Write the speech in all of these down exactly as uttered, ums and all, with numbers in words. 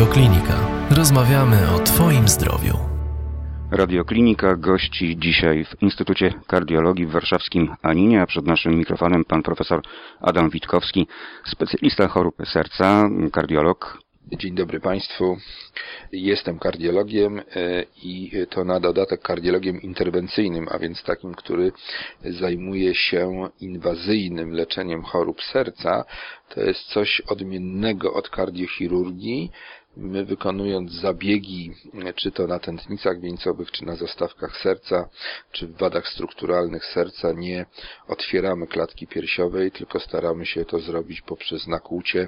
Radioklinika. Rozmawiamy o Twoim zdrowiu. Radioklinika gości dzisiaj w Instytucie Kardiologii w warszawskim Aninie, a przed naszym mikrofonem pan profesor Adam Witkowski, specjalista chorób serca, kardiolog. Dzień dobry Państwu. Jestem kardiologiem i to na dodatek kardiologiem interwencyjnym, a więc takim, który zajmuje się inwazyjnym leczeniem chorób serca. To jest coś odmiennego od kardiochirurgii. My, wykonując zabiegi, czy to na tętnicach wieńcowych, czy na zastawkach serca, czy w wadach strukturalnych serca, nie otwieramy klatki piersiowej, tylko staramy się to zrobić poprzez nakłucie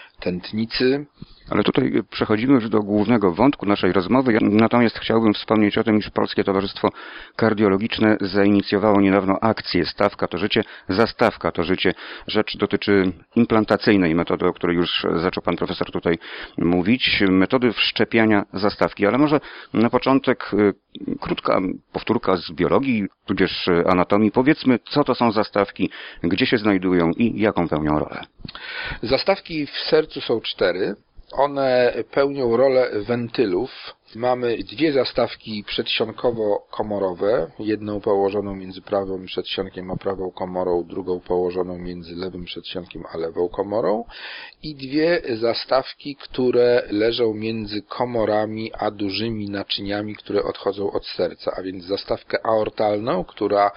tętnicy. Ale tutaj przechodzimy już do głównego wątku naszej rozmowy. Ja natomiast chciałbym wspomnieć o tym, iż Polskie Towarzystwo Kardiologiczne zainicjowało niedawno akcję Stawka to życie, Zastawka to życie. Rzecz dotyczy implantacyjnej metody, o której już zaczął pan profesor tutaj mówić, metody wszczepiania zastawki. Ale może na początek krótka powtórka z biologii, tudzież anatomii. Powiedzmy, co to są zastawki, gdzie się znajdują i jaką pełnią rolę. Zastawki w sercu są cztery. One pełnią rolę wentylów. Mamy dwie zastawki przedsionkowo-komorowe, jedną położoną między prawym przedsionkiem a prawą komorą, drugą położoną między lewym przedsionkiem a lewą komorą i dwie zastawki, które leżą między komorami a dużymi naczyniami, które odchodzą od serca, a więc zastawkę aortalną, która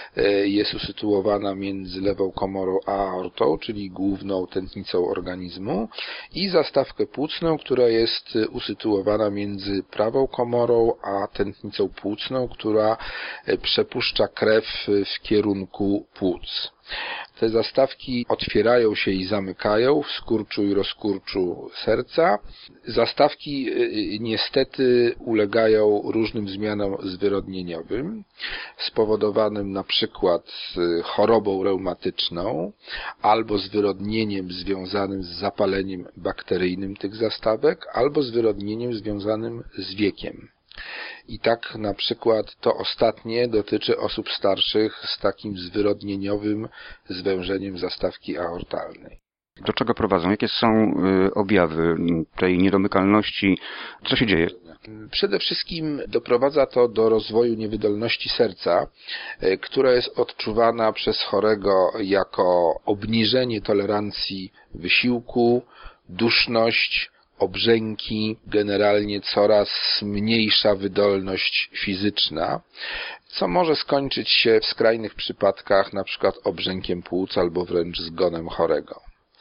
jest usytuowana między lewą komorą a aortą, czyli główną tętnicą organizmu, i zastawkę płucną, która jest usytuowana między prawą komorą a tętnicą płucną, która przepuszcza krew w kierunku płuc. Te zastawki otwierają się i zamykają w skurczu i rozkurczu serca. Zastawki niestety ulegają różnym zmianom zwyrodnieniowym, spowodowanym na przykład chorobą reumatyczną albo zwyrodnieniem związanym z zapaleniem bakteryjnym tych zastawek, albo zwyrodnieniem związanym z wiekiem. I tak na przykład to ostatnie dotyczy osób starszych z takim zwyrodnieniowym zwężeniem zastawki aortalnej. Do czego prowadzą? Jakie są objawy tej niedomykalności? Co się dzieje? Przede wszystkim doprowadza to do rozwoju niewydolności serca, która jest odczuwana przez chorego jako obniżenie tolerancji wysiłku, duszność, obrzęki, generalnie coraz mniejsza wydolność fizyczna, co może skończyć się w skrajnych przypadkach na przykład obrzękiem płuc albo wręcz zgonem chorego.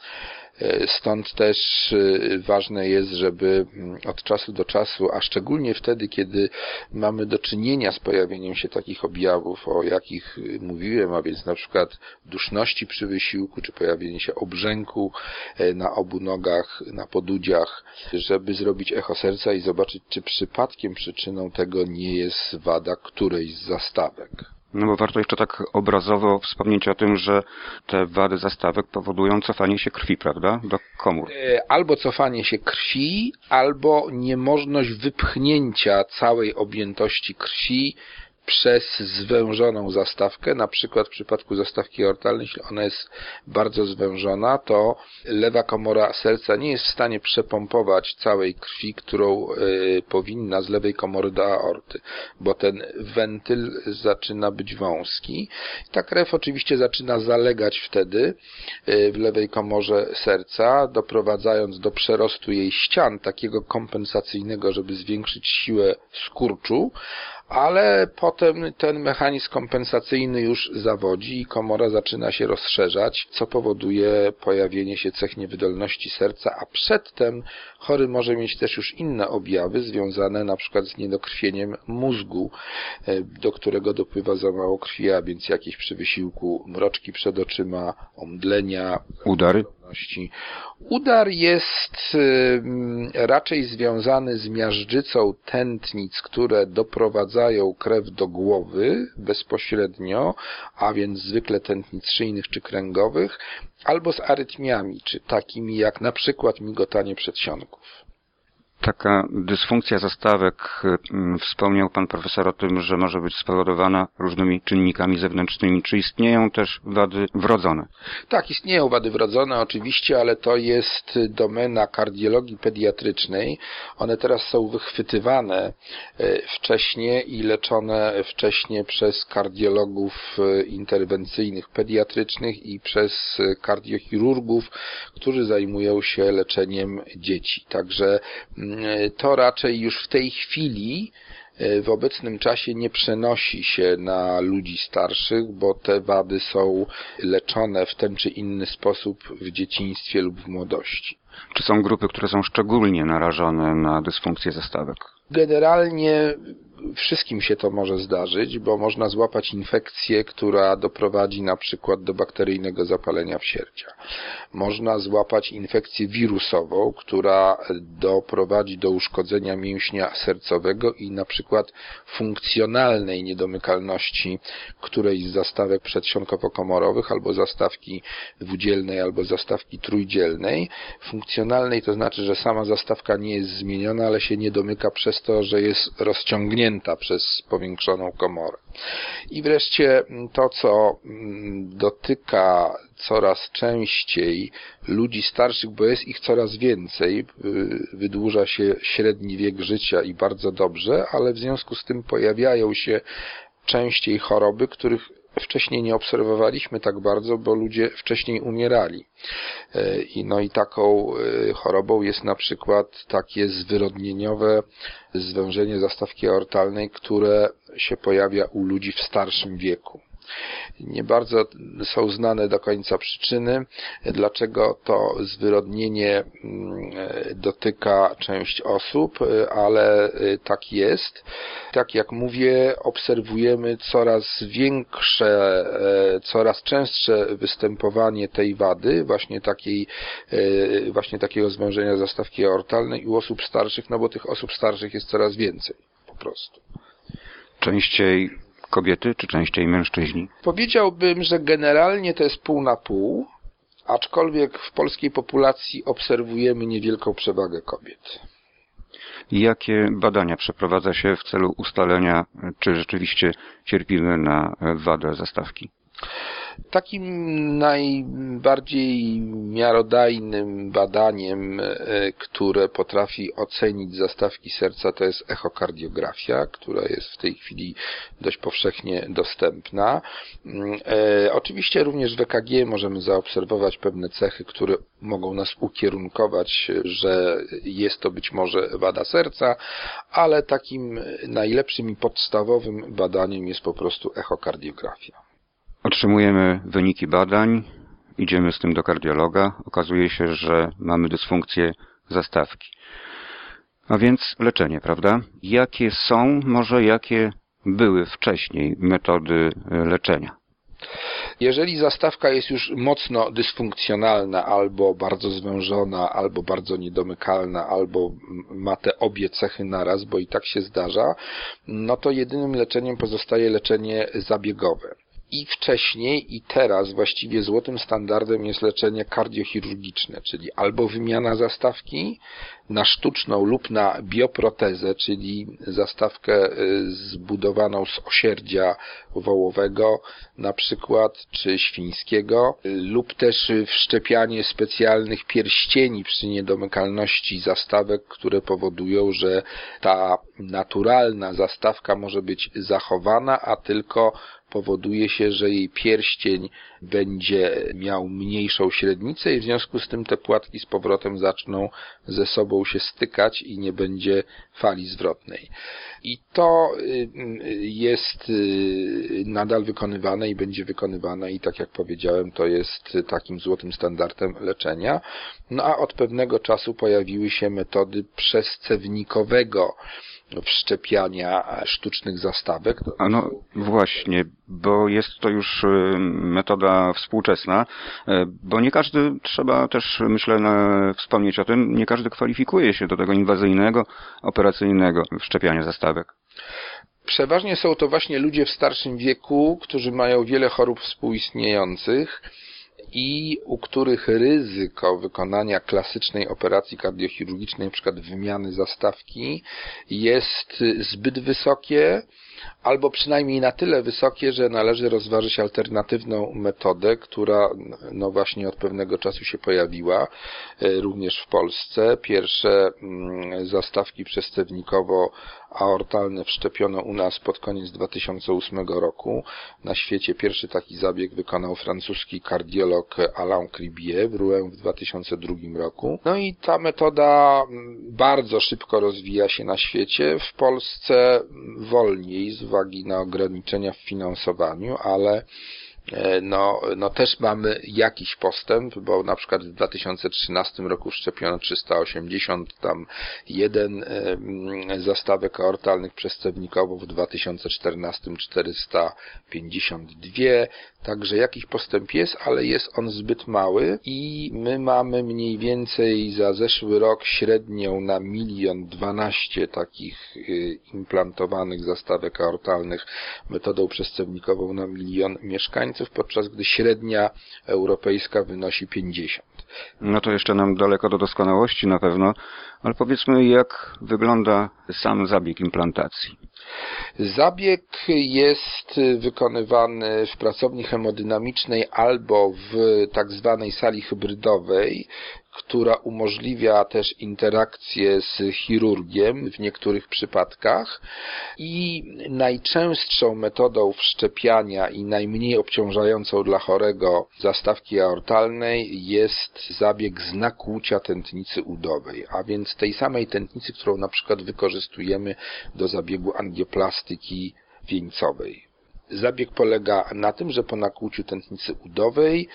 Stąd też ważne jest, żeby od czasu do czasu, a szczególnie wtedy, kiedy mamy do czynienia z pojawieniem się takich objawów, o jakich mówiłem, a więc na przykład duszności przy wysiłku, czy pojawienie się obrzęku na obu nogach, na podudziach, żeby zrobić echo serca i zobaczyć, czy przypadkiem przyczyną tego nie jest wada którejś z zastawek. No bo warto jeszcze tak obrazowo wspomnieć o tym, że te wady zastawek powodują cofanie się krwi, prawda, do komór. Albo cofanie się krwi, albo niemożność wypchnięcia całej objętości krwi przez zwężoną zastawkę. Na przykład w przypadku zastawki aortalnej, jeśli ona jest bardzo zwężona, to lewa komora serca nie jest w stanie przepompować całej krwi, którą y, powinna z lewej komory do aorty, bo ten wentyl zaczyna być wąski. Ta krew oczywiście zaczyna zalegać wtedy y, w lewej komorze serca, doprowadzając do przerostu jej ścian, takiego kompensacyjnego, żeby zwiększyć siłę skurczu, ale potem ten mechanizm kompensacyjny już zawodzi i komora zaczyna się rozszerzać, co powoduje pojawienie się cech niewydolności serca, a przedtem chory może mieć też już inne objawy związane na przykład z niedokrwieniem mózgu, do którego dopływa za mało krwi, a więc jakieś przy wysiłku mroczki przed oczyma, omdlenia, udary. Udar jest raczej związany z miażdżycą tętnic, które doprowadzają krew do głowy bezpośrednio, a więc zwykle tętnic szyjnych czy kręgowych, albo z arytmiami, czy takimi jak na przykład migotanie przedsionków. Taka dysfunkcja zastawek, wspomniał pan profesor o tym, że może być spowodowana różnymi czynnikami zewnętrznymi. Czy istnieją też wady wrodzone? Tak, istnieją wady wrodzone oczywiście, ale to jest domena kardiologii pediatrycznej. One teraz są wychwytywane wcześniej i leczone wcześniej przez kardiologów interwencyjnych pediatrycznych i przez kardiochirurgów, którzy zajmują się leczeniem dzieci. Także to raczej już w tej chwili w obecnym czasie nie przenosi się na ludzi starszych, bo te wady są leczone w ten czy inny sposób w dzieciństwie lub w młodości. Czy są grupy, które są szczególnie narażone na dysfunkcję zastawek? Generalnie wszystkim się to może zdarzyć, bo można złapać infekcję, która doprowadzi na przykład do bakteryjnego zapalenia wsierdzia. Można złapać infekcję wirusową, która doprowadzi do uszkodzenia mięśnia sercowego i na przykład funkcjonalnej niedomykalności którejś z zastawek przedsionkowo-komorowych albo zastawki dwudzielnej albo zastawki trójdzielnej. Funkcjonalnej to znaczy, że sama zastawka nie jest zmieniona, ale się nie domyka przez to, że jest rozciągnięta przez powiększoną komorę. I wreszcie to, co dotyka coraz częściej ludzi starszych, bo jest ich coraz więcej, wydłuża się średni wiek życia i bardzo dobrze, ale w związku z tym pojawiają się częściej choroby, których wcześniej nie obserwowaliśmy tak bardzo, bo ludzie wcześniej umierali. I no i taką chorobą jest na przykład takie zwyrodnieniowe zwężenie zastawki aortalnej, które się pojawia u ludzi w starszym wieku. Nie bardzo są znane do końca przyczyny, dlaczego to zwyrodnienie dotyka część osób, ale tak jest. Tak jak mówię, obserwujemy coraz większe, coraz częstsze występowanie tej wady, właśnie takiej, właśnie takiego zwężenia zastawki aortalnej u osób starszych, no bo tych osób starszych jest coraz więcej po prostu. Częściej kobiety, czy częściej mężczyźni? Powiedziałbym, że generalnie to jest pół na pół, aczkolwiek w polskiej populacji obserwujemy niewielką przewagę kobiet. Jakie badania przeprowadza się w celu ustalenia, czy rzeczywiście cierpimy na wadę zastawki? Takim najbardziej miarodajnym badaniem, które potrafi ocenić zastawki serca, to jest echokardiografia, która jest w tej chwili dość powszechnie dostępna. E, oczywiście również w E K G możemy zaobserwować pewne cechy, które mogą nas ukierunkować, że jest to być może wada serca, ale takim najlepszym i podstawowym badaniem jest po prostu echokardiografia. Otrzymujemy wyniki badań, idziemy z tym do kardiologa, okazuje się, że mamy dysfunkcję zastawki. A więc leczenie, prawda? Jakie są, może jakie były wcześniej metody leczenia? Jeżeli zastawka jest już mocno dysfunkcjonalna, albo bardzo zwężona, albo bardzo niedomykalna, albo ma te obie cechy naraz, bo i tak się zdarza, no to jedynym leczeniem pozostaje leczenie zabiegowe. I wcześniej, i teraz właściwie złotym standardem jest leczenie kardiochirurgiczne, czyli albo wymiana zastawki na sztuczną lub na bioprotezę, czyli zastawkę zbudowaną z osierdzia wołowego na przykład, czy świńskiego, lub też wszczepianie specjalnych pierścieni przy niedomykalności zastawek, które powodują, że ta naturalna zastawka może być zachowana, a tylko powoduje się, że jej pierścień będzie miał mniejszą średnicę i w związku z tym te płatki z powrotem zaczną ze sobą się stykać i nie będzie fali zwrotnej. I to jest nadal wykonywane i będzie wykonywane i tak jak powiedziałem, to jest takim złotym standardem leczenia. No a od pewnego czasu pojawiły się metody przezcewnikowego wszczepiania sztucznych zastawek. A no właśnie, bo jest to już metoda współczesna, bo nie każdy, trzeba też myślę wspomnieć o tym, nie każdy kwalifikuje się do tego inwazyjnego, operacyjnego wszczepiania zastawek. Przeważnie są to właśnie ludzie w starszym wieku, którzy mają wiele chorób współistniejących i u których ryzyko wykonania klasycznej operacji kardiochirurgicznej, np. wymiany zastawki, jest zbyt wysokie, albo przynajmniej na tyle wysokie, że należy rozważyć alternatywną metodę, która no właśnie od pewnego czasu się pojawiła, również w Polsce. Pierwsze zastawki przestewnikowo-aortalne wszczepiono u nas pod koniec dwa tysiące ósmego roku. Na świecie pierwszy taki zabieg wykonał francuski kardiolog Alain Cribier w Rouen w dwa tysiące drugim roku. No i ta metoda bardzo szybko rozwija się na świecie. W Polsce wolniej z uwagi na ograniczenia w finansowaniu, ale No, no też mamy jakiś postęp, bo na przykład w dwa tysiące trzynastym roku wszczepiono trzysta osiemdziesiąt tam jeden zastawek aortalnych przestewnikowo, w dwa tysiące czternastym czterysta pięćdziesiąt dwa, także jakiś postęp jest, ale jest on zbyt mały i my mamy mniej więcej za zeszły rok średnią na milion dwanaście takich implantowanych zastawek aortalnych metodą przestewnikową na milion mieszkańców, podczas gdy średnia europejska wynosi pięćdziesiąt. No to jeszcze nam daleko do doskonałości na pewno, ale powiedzmy, jak wygląda sam zabieg implantacji. Zabieg jest wykonywany w pracowni hemodynamicznej albo w tak zwanej sali hybrydowej, która umożliwia też interakcję z chirurgiem w niektórych przypadkach, i najczęstszą metodą wszczepiania i najmniej obciążającą dla chorego zastawki aortalnej jest zabieg z nakłucia tętnicy udowej, a więc tej samej tętnicy, którą na przykład wykorzystujemy do zabiegu angioplastyki wieńcowej. Zabieg polega na tym, że po nakłuciu tętnicy udowej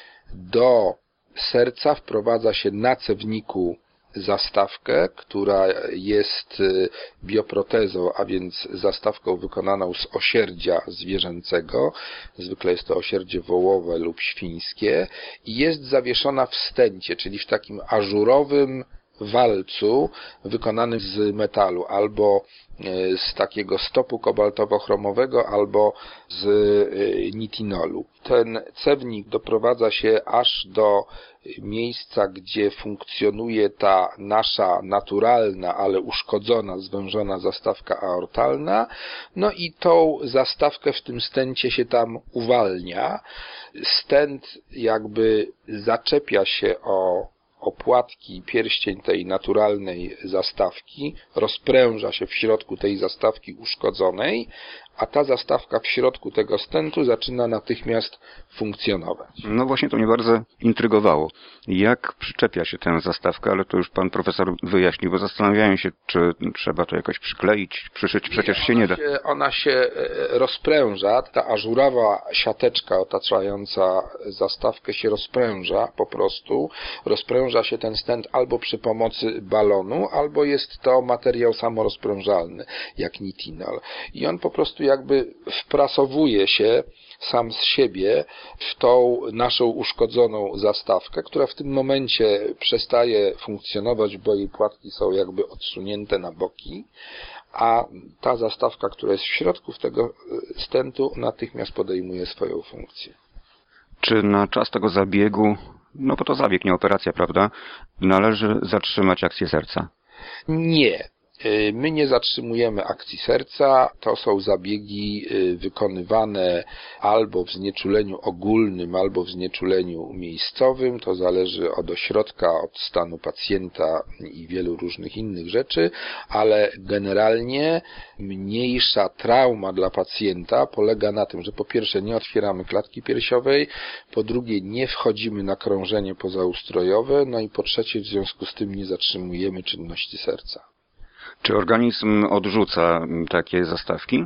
do serca wprowadza się na cewniku zastawkę, która jest bioprotezą, a więc zastawką wykonaną z osierdzia zwierzęcego, zwykle jest to osierdzie wołowe lub świńskie, i jest zawieszona w stencie, czyli w takim ażurowym walcu wykonanym z metalu, albo z takiego stopu kobaltowo-chromowego, albo z nitinolu. Ten cewnik doprowadza się aż do miejsca, gdzie funkcjonuje ta nasza naturalna, ale uszkodzona, zwężona zastawka aortalna, no i tą zastawkę w tym stencie się tam uwalnia. Stent jakby zaczepia się o opłatki, pierścień tej naturalnej zastawki, rozpręża się w środku tej zastawki uszkodzonej, a ta zastawka w środku tego stentu zaczyna natychmiast funkcjonować. No właśnie to mnie bardzo intrygowało. Jak przyczepia się tę zastawkę, ale to już pan profesor wyjaśnił, bo zastanawiałem się, czy trzeba to jakoś przykleić, przyszyć, przecież się nie da. Się, ona się rozpręża, ta ażurowa siateczka otaczająca zastawkę się rozpręża po prostu. Rozpręża się ten stent albo przy pomocy balonu, albo jest to materiał samorozprężalny, jak nitinol. I on po prostu jakby wprasowuje się sam z siebie w tą naszą uszkodzoną zastawkę, która w tym momencie przestaje funkcjonować, bo jej płatki są jakby odsunięte na boki, a ta zastawka, która jest w środku tego stentu, natychmiast podejmuje swoją funkcję. Czy na czas tego zabiegu, no bo to zabieg, nie operacja, prawda, należy zatrzymać akcję serca? Nie. My nie zatrzymujemy akcji serca, to są zabiegi wykonywane albo w znieczuleniu ogólnym, albo w znieczuleniu miejscowym, to zależy od ośrodka, od stanu pacjenta i wielu różnych innych rzeczy, ale generalnie mniejsza trauma dla pacjenta polega na tym, że po pierwsze nie otwieramy klatki piersiowej, po drugie nie wchodzimy na krążenie pozaustrojowe, no i po trzecie w związku z tym nie zatrzymujemy czynności serca. Czy organizm odrzuca takie zastawki?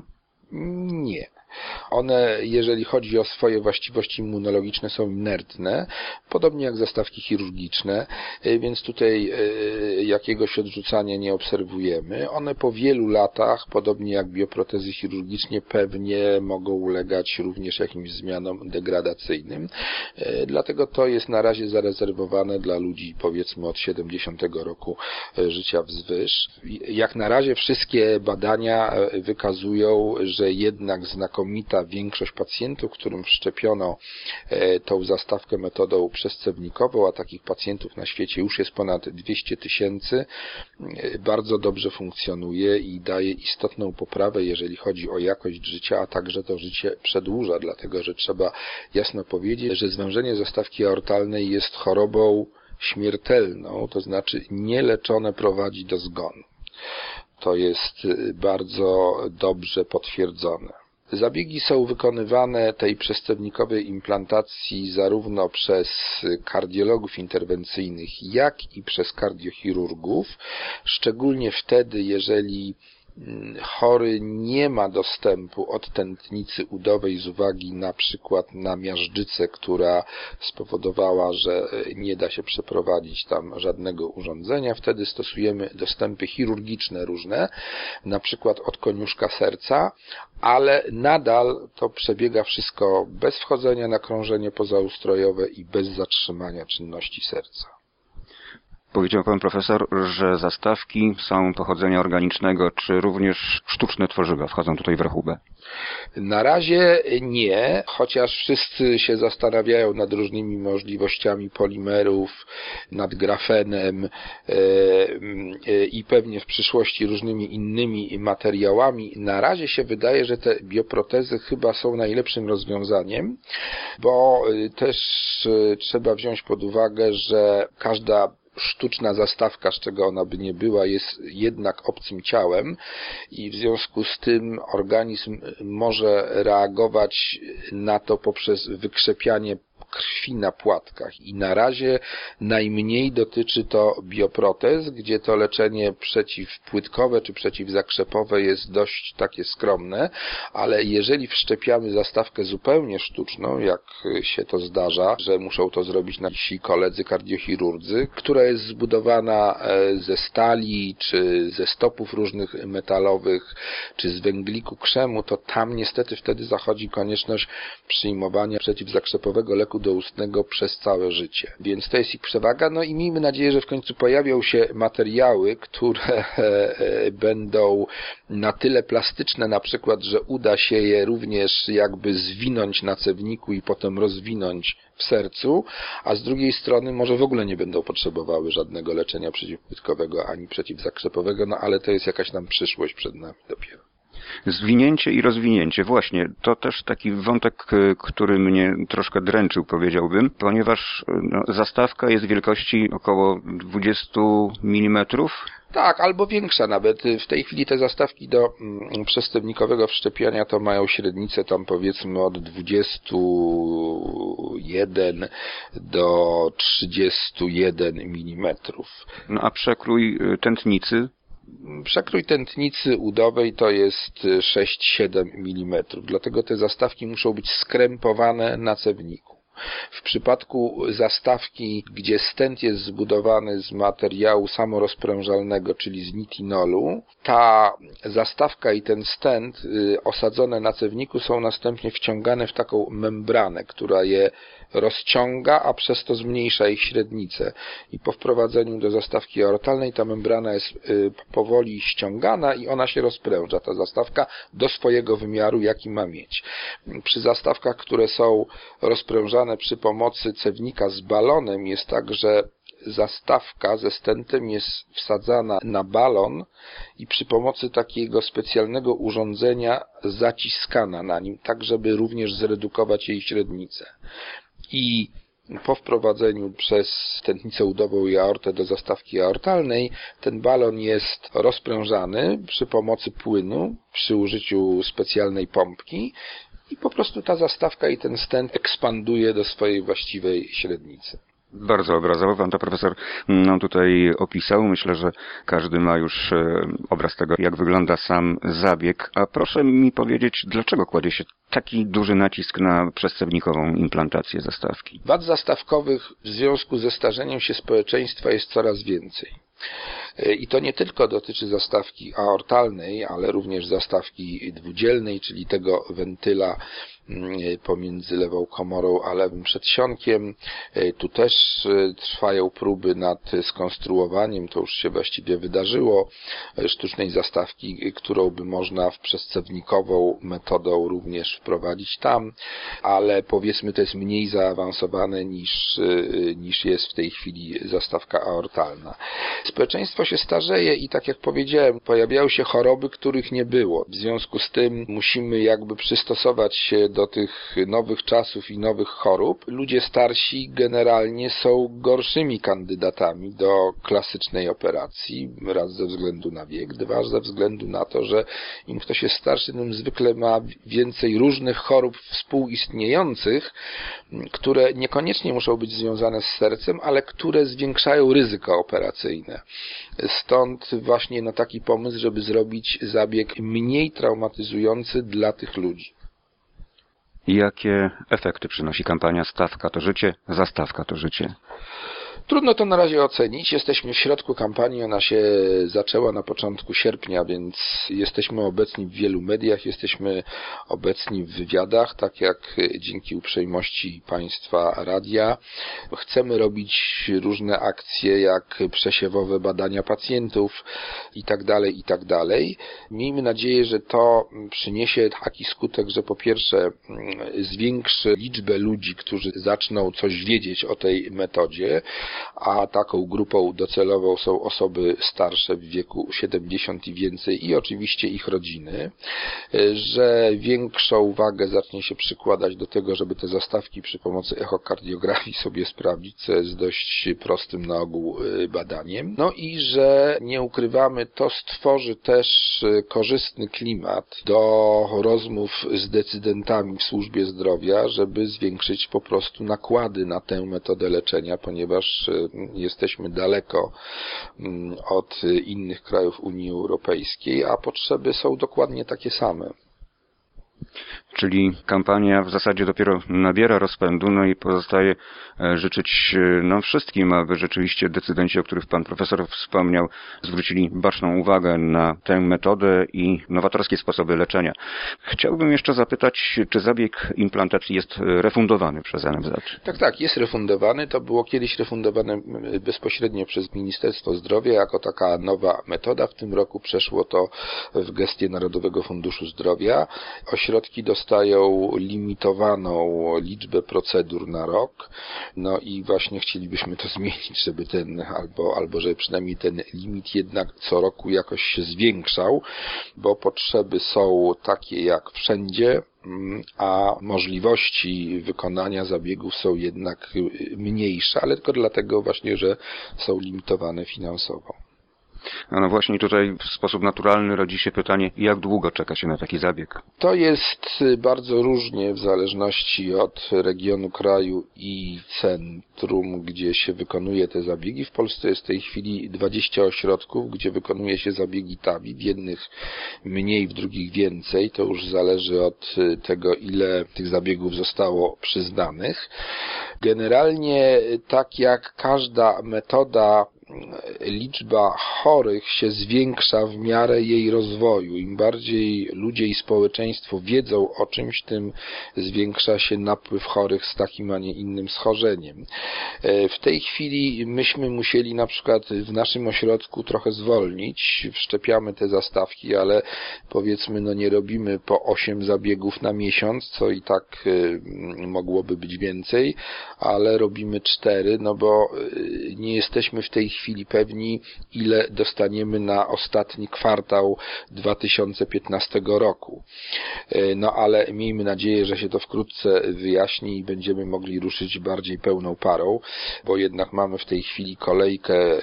Nie. One, jeżeli chodzi o swoje właściwości immunologiczne, są inertne, podobnie jak zastawki chirurgiczne, więc tutaj jakiegoś odrzucania nie obserwujemy. One po wielu latach, podobnie jak bioprotezy chirurgiczne, pewnie mogą ulegać również jakimś zmianom degradacyjnym. Dlatego to jest na razie zarezerwowane dla ludzi, powiedzmy, od siedemdziesiątego roku życia wzwyż. Jak na razie wszystkie badania wykazują, że jednak znakomicie znakomita większość pacjentów, którym wszczepiono tą zastawkę metodą przezcewnikową, a takich pacjentów na świecie już jest ponad dwieście tysięcy, bardzo dobrze funkcjonuje i daje istotną poprawę, jeżeli chodzi o jakość życia, a także to życie przedłuża, dlatego że trzeba jasno powiedzieć, że zwężenie zastawki aortalnej jest chorobą śmiertelną, to znaczy nieleczone prowadzi do zgonu. To jest bardzo dobrze potwierdzone. Zabiegi są wykonywane tej przezcewnikowej implantacji zarówno przez kardiologów interwencyjnych, jak i przez kardiochirurgów, szczególnie wtedy, jeżeli chory nie ma dostępu od tętnicy udowej z uwagi na przykład na miażdżycę, która spowodowała, że nie da się przeprowadzić tam żadnego urządzenia. Wtedy stosujemy dostępy chirurgiczne różne, na przykład od koniuszka serca, ale nadal to przebiega wszystko bez wchodzenia na krążenie pozaustrojowe i bez zatrzymania czynności serca. Powiedział pan profesor, że zastawki są pochodzenia organicznego, czy również sztuczne tworzywa wchodzą tutaj w rachubę? Na razie nie, chociaż wszyscy się zastanawiają nad różnymi możliwościami polimerów, nad grafenem i pewnie w przyszłości różnymi innymi materiałami. Na razie się wydaje, że te bioprotezy chyba są najlepszym rozwiązaniem, bo też trzeba wziąć pod uwagę, że każda sztuczna zastawka, z czego ona by nie była, jest jednak obcym ciałem i w związku z tym organizm może reagować na to poprzez wykrzepianie krwi na płatkach i na razie najmniej dotyczy to bioprotez, gdzie to leczenie przeciwpłytkowe czy przeciwzakrzepowe jest dość takie skromne, ale jeżeli wszczepiamy zastawkę zupełnie sztuczną, jak się to zdarza, że muszą to zrobić nasi koledzy kardiochirurdzy, która jest zbudowana ze stali, czy ze stopów różnych metalowych, czy z węgliku krzemu, to tam niestety wtedy zachodzi konieczność przyjmowania przeciwzakrzepowego leku doustnego przez całe życie. Więc to jest ich przewaga. No i miejmy nadzieję, że w końcu pojawią się materiały, które będą na tyle plastyczne na przykład, że uda się je również jakby zwinąć na cewniku i potem rozwinąć w sercu, a z drugiej strony może w ogóle nie będą potrzebowały żadnego leczenia przeciwpłytkowego ani przeciwzakrzepowego, no ale to jest jakaś tam przyszłość przed nami dopiero. Zwinięcie i rozwinięcie. Właśnie, to też taki wątek, który mnie troszkę dręczył, powiedziałbym, ponieważ no, zastawka jest wielkości około dwadzieścia milimetrów. Tak, albo większa nawet. W tej chwili te zastawki do mm, przezcewnikowego wszczepiania to mają średnicę tam powiedzmy od dwudziestu jeden do trzydziestu jeden milimetrów. No a przekrój tętnicy? Przekrój tętnicy udowej to jest sześć siedem milimetrów, dlatego te zastawki muszą być skrępowane na cewniku. W przypadku zastawki, gdzie stent jest zbudowany z materiału samorozprężalnego, czyli z nitinolu, ta zastawka i ten stent osadzone na cewniku są następnie wciągane w taką membranę, która je rozciąga, a przez to zmniejsza ich średnicę. I po wprowadzeniu do zastawki aortalnej ta membrana jest powoli ściągana i ona się rozpręża, ta zastawka, do swojego wymiaru, jaki ma mieć. Przy zastawkach, które są rozprężane przy pomocy cewnika z balonem, jest tak, że zastawka ze stentem jest wsadzana na balon i przy pomocy takiego specjalnego urządzenia zaciskana na nim, tak żeby również zredukować jej średnicę. I po wprowadzeniu przez tętnicę udową i aortę do zastawki aortalnej ten balon jest rozprężany przy pomocy płynu, przy użyciu specjalnej pompki i po prostu ta zastawka i ten stent ekspanduje do swojej właściwej średnicy. Bardzo obrazowo pan to profesor no, tutaj opisał. Myślę, że każdy ma już e, obraz tego, jak wygląda sam zabieg. A proszę mi powiedzieć, dlaczego kładzie się taki duży nacisk na przezcewnikową implantację zastawki? Wad zastawkowych w związku ze starzeniem się społeczeństwa jest coraz więcej. I to nie tylko dotyczy zastawki aortalnej, ale również zastawki dwudzielnej, czyli tego wentyla pomiędzy lewą komorą a lewym przedsionkiem. Tu też trwają próby nad skonstruowaniem, to już się właściwie wydarzyło, sztucznej zastawki, którą by można w przezcewnikową metodą również wprowadzić tam, ale powiedzmy to jest mniej zaawansowane niż, niż jest w tej chwili zastawka aortalna. Społeczeństwo się starzeje i tak jak powiedziałem, pojawiają się choroby, których nie było. W związku z tym musimy jakby przystosować się do tych nowych czasów i nowych chorób. Ludzie starsi generalnie są gorszymi kandydatami do klasycznej operacji, raz ze względu na wiek, dwa ze względu na to, że im ktoś jest starszy, tym zwykle ma więcej różnych chorób współistniejących, które niekoniecznie muszą być związane z sercem, ale które zwiększają ryzyko operacyjne. Stąd właśnie na taki pomysł, żeby zrobić zabieg mniej traumatyzujący dla tych ludzi. Jakie efekty przynosi kampania Stawka to życie, Zastawka to życie? Trudno to na razie ocenić. Jesteśmy w środku kampanii, ona się zaczęła na początku sierpnia, więc jesteśmy obecni w wielu mediach, jesteśmy obecni w wywiadach, tak jak dzięki uprzejmości Państwa radia. Chcemy robić różne akcje, jak przesiewowe badania pacjentów i tak dalej, i tak dalej. Miejmy nadzieję, że to przyniesie taki skutek, że po pierwsze zwiększy liczbę ludzi, którzy zaczną coś wiedzieć o tej metodzie, a taką grupą docelową są osoby starsze w wieku siedemdziesiąt i więcej i oczywiście ich rodziny, że większą wagę zacznie się przykładać do tego, żeby te zastawki przy pomocy echokardiografii sobie sprawdzić, co jest dość prostym na ogół badaniem. No i że nie ukrywamy, to stworzy też korzystny klimat do rozmów z decydentami w służbie zdrowia, żeby zwiększyć po prostu nakłady na tę metodę leczenia, ponieważ jesteśmy daleko od innych krajów Unii Europejskiej, a potrzeby są dokładnie takie same. Czyli kampania w zasadzie dopiero nabiera rozpędu, no i pozostaje życzyć no, wszystkim, aby rzeczywiście decydenci, o których pan profesor wspomniał, zwrócili baczną uwagę na tę metodę i nowatorskie sposoby leczenia. Chciałbym jeszcze zapytać, czy zabieg implantacji jest refundowany przez N F Z? Tak, tak, jest refundowany. To było kiedyś refundowane bezpośrednio przez Ministerstwo Zdrowia jako taka nowa metoda. W tym roku przeszło to w gestię Narodowego Funduszu Zdrowia. Ośrodki dostają limitowaną liczbę procedur na rok, no i właśnie chcielibyśmy to zmienić, żeby ten, albo, albo żeby przynajmniej ten limit jednak co roku jakoś się zwiększał, bo potrzeby są takie jak wszędzie, a możliwości wykonania zabiegów są jednak mniejsze, ale tylko dlatego właśnie, że są limitowane finansowo. No właśnie tutaj w sposób naturalny rodzi się pytanie, jak długo czeka się na taki zabieg? To jest bardzo różnie w zależności od regionu kraju i centrum, gdzie się wykonuje te zabiegi. W Polsce jest w tej chwili dwadzieścia ośrodków, gdzie wykonuje się zabiegi T A V I. W jednych mniej, w drugich więcej. To już zależy od tego, ile tych zabiegów zostało przyznanych. Generalnie tak jak każda metoda, liczba chorych się zwiększa w miarę jej rozwoju. Im bardziej ludzie i społeczeństwo wiedzą o czymś, tym zwiększa się napływ chorych z takim, a nie innym schorzeniem. W tej chwili myśmy musieli na przykład w naszym ośrodku trochę zwolnić. Wszczepiamy te zastawki, ale powiedzmy, no nie robimy po osiem zabiegów na miesiąc, co i tak mogłoby być więcej, ale robimy cztery, no bo nie jesteśmy w tej chwili pewni, ile dostaniemy na ostatni kwartał dwa tysiące piętnastego roku. No ale miejmy nadzieję, że się to wkrótce wyjaśni i będziemy mogli ruszyć bardziej pełną parą, bo jednak mamy w tej chwili kolejkę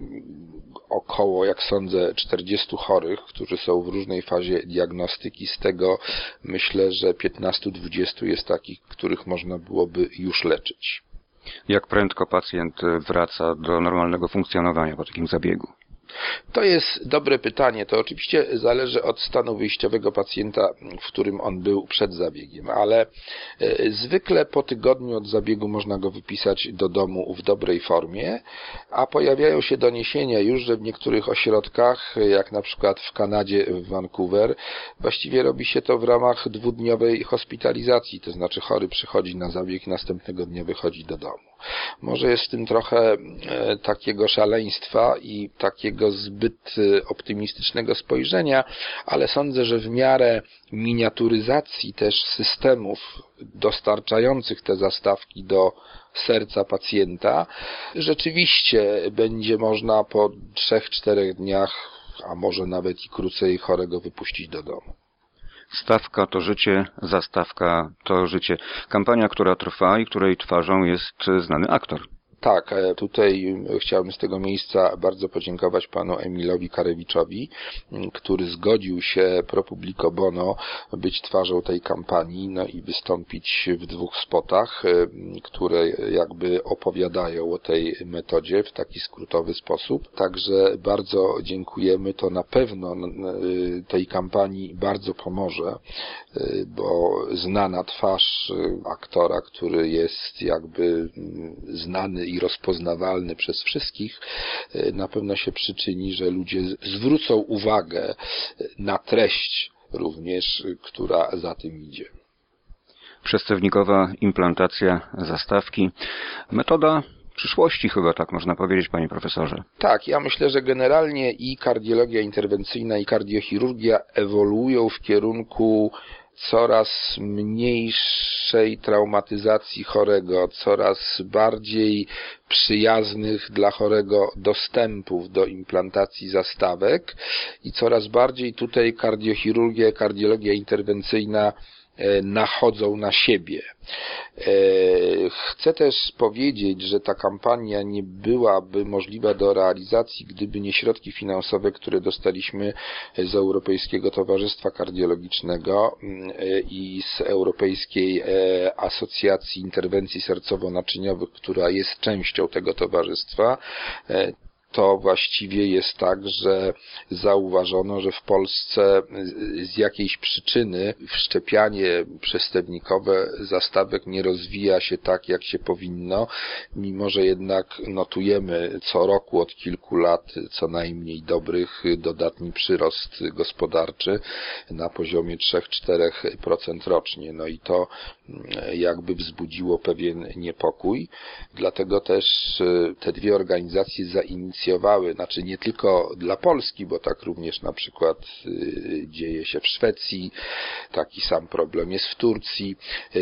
około, jak sądzę, czterdziestu chorych, którzy są w różnej fazie diagnostyki. Z tego myślę, że piętnaście dwadzieścia jest takich, których można byłoby już leczyć. Jak prędko pacjent wraca do normalnego funkcjonowania po takim zabiegu? To jest dobre pytanie. To oczywiście zależy od stanu wyjściowego pacjenta, w którym on był przed zabiegiem, ale zwykle po tygodniu od zabiegu można go wypisać do domu w dobrej formie, a pojawiają się doniesienia już, że w niektórych ośrodkach, jak na przykład w Kanadzie, w Vancouver, właściwie robi się to w ramach dwudniowej hospitalizacji, to znaczy chory przychodzi na zabieg i następnego dnia wychodzi do domu. Może jest w tym trochę takiego szaleństwa i takiego zbyt optymistycznego spojrzenia, ale sądzę, że w miarę miniaturyzacji też systemów dostarczających te zastawki do serca pacjenta, rzeczywiście będzie można po trzech, czterech dniach, a może nawet i krócej, chorego wypuścić do domu. Stawka to życie, zastawka to życie. Kampania, która trwa i której twarzą jest znany aktor. Tak, tutaj chciałbym z tego miejsca bardzo podziękować panu Emilowi Karewiczowi, który zgodził się pro publico bono być twarzą tej kampanii, no i wystąpić w dwóch spotach, które jakby opowiadają o tej metodzie w taki skrótowy sposób. Także bardzo dziękujemy, to na pewno tej kampanii bardzo pomoże, bo znana twarz aktora, który jest jakby znany i rozpoznawalny przez wszystkich, na pewno się przyczyni, że ludzie zwrócą uwagę na treść również, która za tym idzie. Przestewnikowa implantacja zastawki. Metoda przyszłości chyba, tak można powiedzieć, panie profesorze. Tak, ja myślę, że generalnie i kardiologia interwencyjna, i kardiochirurgia ewoluują w kierunku coraz mniejszej traumatyzacji chorego, coraz bardziej przyjaznych dla chorego dostępów do implantacji zastawek i coraz bardziej tutaj kardiochirurgia, kardiologia interwencyjna nachodzą na siebie. Chcę też powiedzieć, że ta kampania nie byłaby możliwa do realizacji, gdyby nie środki finansowe, które dostaliśmy z Europejskiego Towarzystwa Kardiologicznego i z Europejskiej Asocjacji Interwencji Sercowo-Naczyniowych, która jest częścią tego towarzystwa. To właściwie jest tak, że zauważono, że w Polsce z jakiejś przyczyny wszczepianie przestewnikowe zastawek nie rozwija się tak, jak się powinno, mimo że jednak notujemy co roku od kilku lat co najmniej dobrych dodatni przyrost gospodarczy na poziomie trzy do czterech procent rocznie. No i to jakby wzbudziło pewien niepokój. Dlatego też te dwie organizacje zainicjowały, znaczy nie tylko dla Polski, bo tak również na przykład dzieje się w Szwecji, taki sam problem jest w Turcji,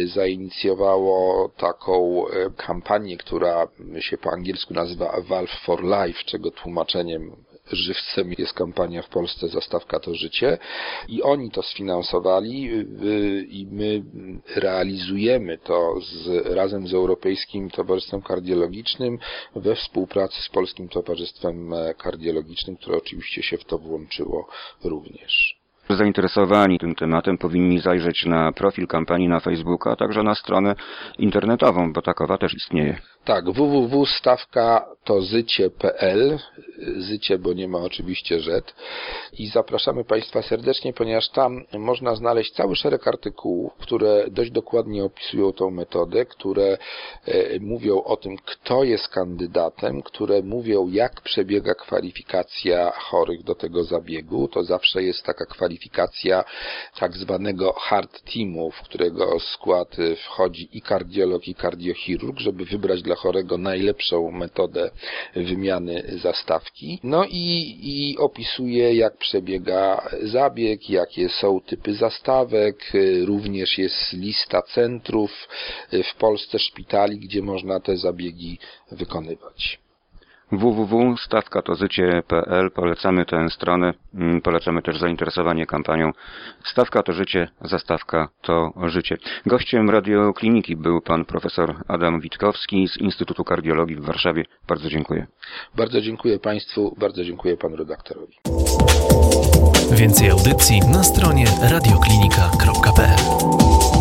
zainicjowało taką kampanię, która się po angielsku nazywa Valve for Life, czego tłumaczeniem żywcem jest kampania w Polsce Zastawka to życie i oni to sfinansowali i my realizujemy to z, razem z Europejskim Towarzystwem Kardiologicznym we współpracy z Polskim Towarzystwem Kardiologicznym, które oczywiście się w to włączyło również. Zainteresowani tym tematem powinni zajrzeć na profil kampanii na Facebooka, a także na stronę internetową, bo takowa też istnieje. Tak, w w w kropka stawka to zycie kropka p l, zycie, bo nie ma oczywiście rzet, i zapraszamy Państwa serdecznie, ponieważ tam można znaleźć cały szereg artykułów, które dość dokładnie opisują tą metodę, które e, mówią o tym, kto jest kandydatem, które mówią, jak przebiega kwalifikacja chorych do tego zabiegu. To zawsze jest taka kwalifikacja tak zwanego hard teamu, w którego skład wchodzi i kardiolog, i kardiochirurg, żeby wybrać dla chorego najlepszą metodę wymiany zastawki. No i, i opisuje, jak przebiega zabieg, jakie są typy zastawek. Również jest lista centrów w Polsce, szpitali, gdzie można te zabiegi wykonywać. w w w kropka stawka to zycie kropka p l. Polecamy tę stronę. Polecamy też zainteresowanie kampanią Stawka to życie, zastawka to życie. Gościem Radiokliniki był pan profesor Adam Witkowski z Instytutu Kardiologii w Warszawie. Bardzo dziękuję. Bardzo dziękuję Państwu, bardzo dziękuję panu redaktorowi. Więcej audycji na stronie radioklinika kropka p l.